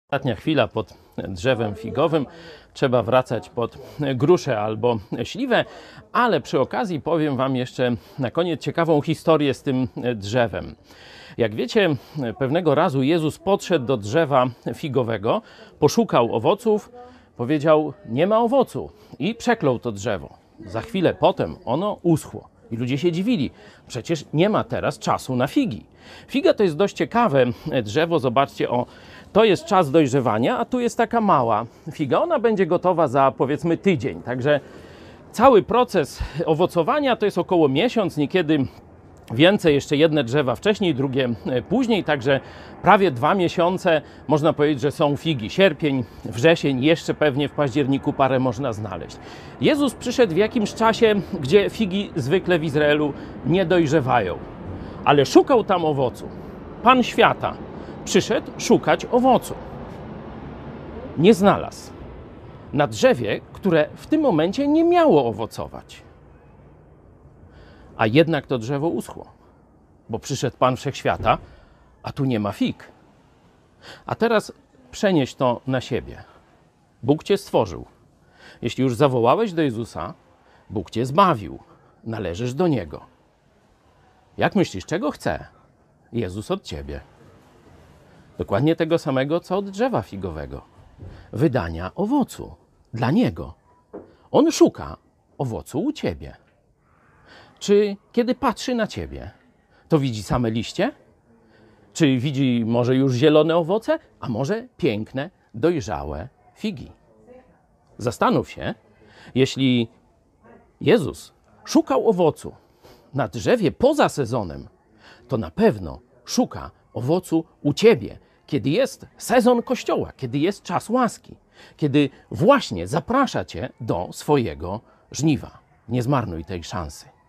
Ostatnia chwila pod drzewem figowym. Trzeba wracać pod gruszę albo śliwę, ale przy okazji powiem wam jeszcze na koniec ciekawą historię z tym drzewem. Jak wiecie, pewnego razu Jezus podszedł do drzewa figowego, poszukał owoców, powiedział: nie ma owocu, i przeklął to drzewo. Za chwilę potem ono uschło. I ludzie się dziwili. Przecież nie ma teraz czasu na figi. Figa to jest dość ciekawe drzewo. Zobaczcie, to jest czas dojrzewania, a tu jest taka mała figa. Ona będzie gotowa za, powiedzmy, tydzień. Także cały proces owocowania to jest około miesiąc, niekiedy więcej, jeszcze jedne drzewa wcześniej, drugie później, także prawie 2 miesiące można powiedzieć, że są figi. Sierpień, wrzesień, jeszcze pewnie w październiku parę można znaleźć. Jezus przyszedł w jakimś czasie, gdzie figi zwykle w Izraelu nie dojrzewają, ale szukał tam owocu. Pan świata przyszedł szukać owocu. Nie znalazł. Na drzewie, które w tym momencie nie miało owocować. A jednak to drzewo uschło, bo przyszedł Pan Wszechświata, a tu nie ma fig. A teraz przenieś to na siebie. Bóg cię stworzył. Jeśli już zawołałeś do Jezusa, Bóg cię zbawił. Należysz do Niego. Jak myślisz, czego chce Jezus od ciebie? Dokładnie tego samego, co od drzewa figowego. Wydania owocu dla Niego. On szuka owocu u ciebie. Czy kiedy patrzy na ciebie, to widzi same liście? Czy widzi może już zielone owoce, a może piękne, dojrzałe figi? Zastanów się, jeśli Jezus szukał owocu na drzewie poza sezonem, to na pewno szuka owocu u ciebie, kiedy jest sezon Kościoła, kiedy jest czas łaski, kiedy właśnie zaprasza cię do swojego żniwa. Nie zmarnuj tej szansy.